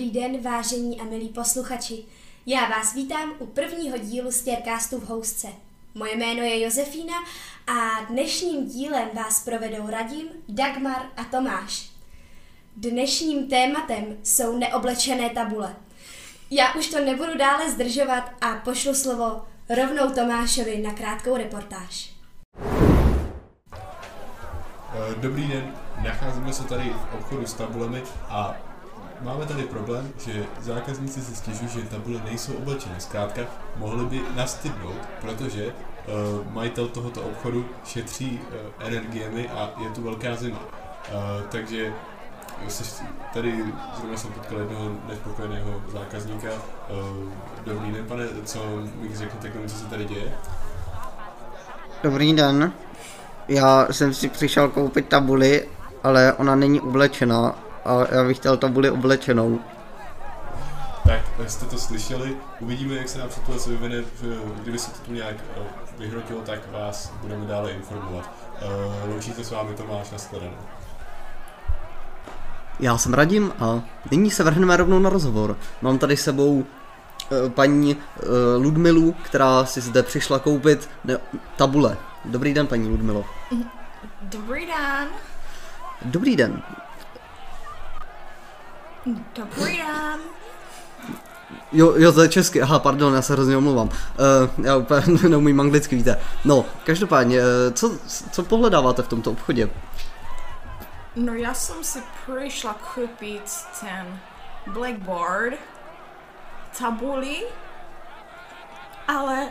Dobrý den, vážení a milí posluchači. Já vás vítám u prvního dílu Staircastu v housce. Moje jméno je Josefína a dnešním dílem vás provedou Radim, Dagmar a Tomáš. Dnešním tématem jsou neoblečené tabule. Já už to nebudu dále zdržovat a pošlu slovo rovnou Tomášovi na krátkou reportáž. Dobrý den, nacházíme se tady v obchodu s tabulemi a máme tady problém, že zákazníci si stěžují, že tabule nejsou oblečené. Zkrátka, mohli by nastydnout, protože majitel tohoto obchodu šetří energiemi a je tu velká zima. Takže tady zrovna jsem potkal jednoho nespokojeného zákazníka. Dobrý den, pane, co mi řeknete k tomu, co se tady děje? Dobrý den, já jsem si přišel koupit tabuli, ale ona není oblečená a já bych chtěl tabuli oblečenou. Tak, jste to slyšeli, uvidíme, jak se nám situace vyvine, kdyby se to tu nějak vyhrotilo, tak vás budeme dále informovat. Loučí se s vámi Tomáš, nashledanou. Já jsem Radim a nyní se vrhneme rovnou na rozhovor. Mám tady s sebou paní Ludmilu, která si zde přišla koupit tabule. Dobrý den, paní Ludmilo. Dobrý den. Dobrý den. Dobrý den. Jo, to je česky, aha, pardon, já se hrozně omlouvám. Já úplně neumím anglicky, víte. No, každopádně, co pohledáváte v tomto obchodě? No, já jsem si přišla koupit ten blackboard, tabuli, ale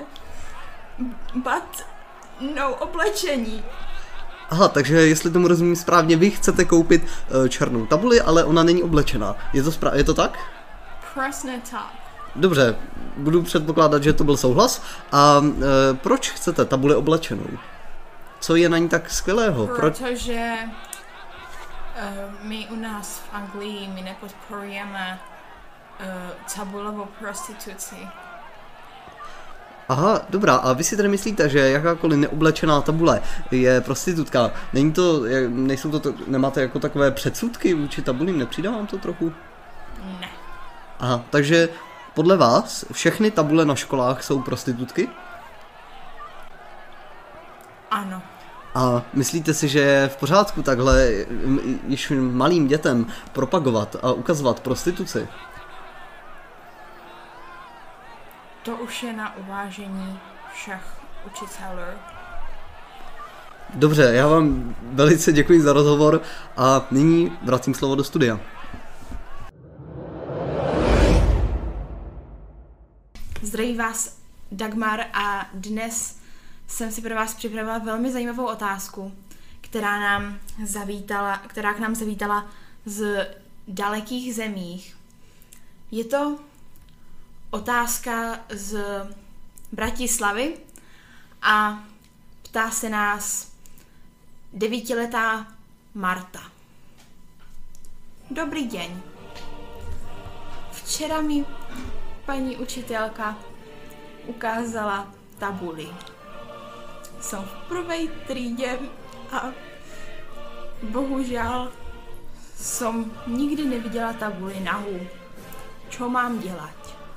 no oblečení. Aha, takže jestli tomu rozumím správně, vy chcete koupit černou tabuli, ale ona není oblečená. Je to tak? Přesně tak. Dobře, budu předpokládat, že to byl souhlas. A proč chcete tabuli oblečenou? Co je na ní tak skvělého? Protože my u nás v Anglii my nepodporujeme tabulovou prostituci. Aha, dobrá, a vy si tedy myslíte, že jakákoliv neoblečená tabule je prostitutka? Nemáte jako takové předsudky vůči tabulím, nepřidá vám to trochu? Ne. Aha, takže podle vás všechny tabule na školách jsou prostitutky? Ano. A myslíte si, že je v pořádku takhle již malým dětem propagovat a ukazovat prostituci? To už je na uvážení všech učitelů. Dobře, já vám velice děkuji za rozhovor a nyní vracím slovo do studia. Zdraví vás Dagmar a dnes jsem si pro vás připravila velmi zajímavou otázku, která k nám zavítala z dalekých zemích. Je to otázka z Bratislavy a ptá se nás 9letá Marta. Dobrý den. Včera mi paní učitelka ukázala tabuli. Jsem v prvé třídě a bohužel jsem nikdy neviděla tabuli nahou. Co mám dělat?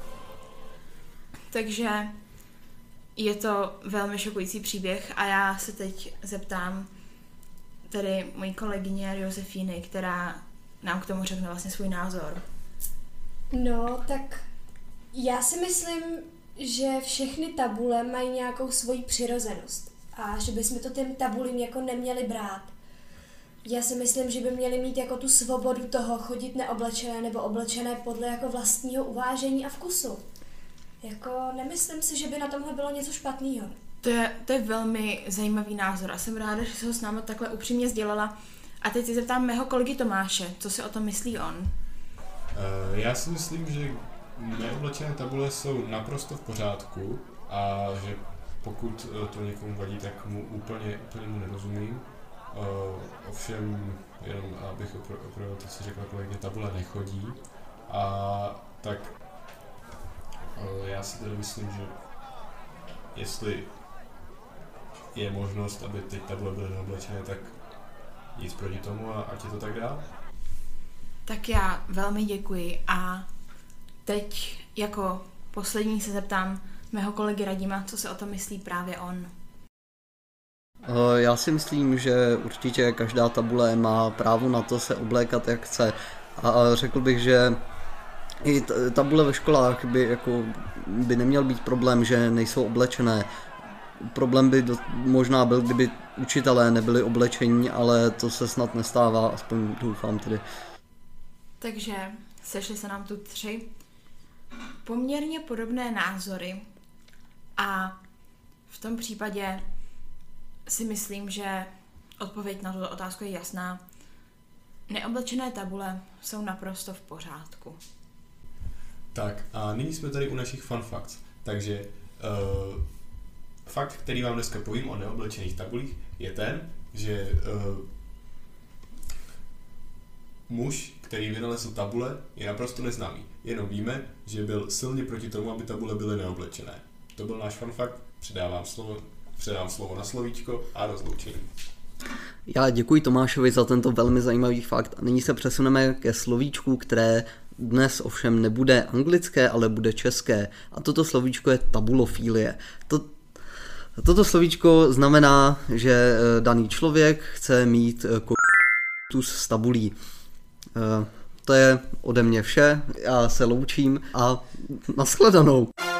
Takže je to velmi šokující příběh a já se teď zeptám tady mojí kolegyně Josefíny, která nám k tomu řekne vlastně svůj názor. No, tak já si myslím, že všechny tabule mají nějakou svoji přirozenost a že bychom to těm tabulím jako neměli brát. Já si myslím, že by měli mít jako tu svobodu toho chodit neoblečené nebo oblečené podle jako vlastního uvážení a vkusu. Jako nemyslím si, že by na tomhle bylo něco špatného. To je velmi zajímavý názor a jsem ráda, že se ho s námi takhle upřímně sdělila. A teď si zeptám mého kolegy Tomáše, co si o tom myslí on. Já si myslím, že neoblečené tabule jsou naprosto v pořádku a že pokud to někomu vadí, tak mu úplně mu nerozumím. Ovšem, jenom abych opravdu to si řekla kolegyně, tabule nechodí a tak já si tedy myslím, že jestli je možnost, aby ty tabule byly neoblečené, tak nic proti tomu a ať je to tak dál. Tak já velmi děkuji a teď jako poslední se zeptám mého kolegy Radima, co se o tom myslí právě on. Já si myslím, že určitě každá tabule má právo na to se oblékat jak chce a řekl bych, že i tabule ve školách by neměl být problém, že nejsou oblečené. Problém by možná byl, kdyby učitelé nebyli oblečení, ale to se snad nestává, aspoň doufám tedy. Takže sešly se nám tu 3 poměrně podobné názory a v tom případě si myslím, že odpověď na tuto otázku je jasná. Neoblečené tabule jsou naprosto v pořádku. Tak a nyní jsme tady u našich fun facts. Takže fakt, který vám dneska povím o neoblečených tabulích, je ten, že muž, který vynalezl tabule, je naprosto neznámý. Jenom víme, že byl silně proti tomu, aby tabule byly neoblečené. To byl náš fun fact. Předám slovo na slovíčko a rozloučení. Já děkuji Tomášovi za tento velmi zajímavý fakt a nyní se přesuneme ke slovíčku, které dnes ovšem nebude anglické, ale bude české. A toto slovíčko je tabulofilie. Toto slovíčko znamená, že daný člověk chce mít kus s tabulí. To je ode mě vše, já se loučím a nashledanou.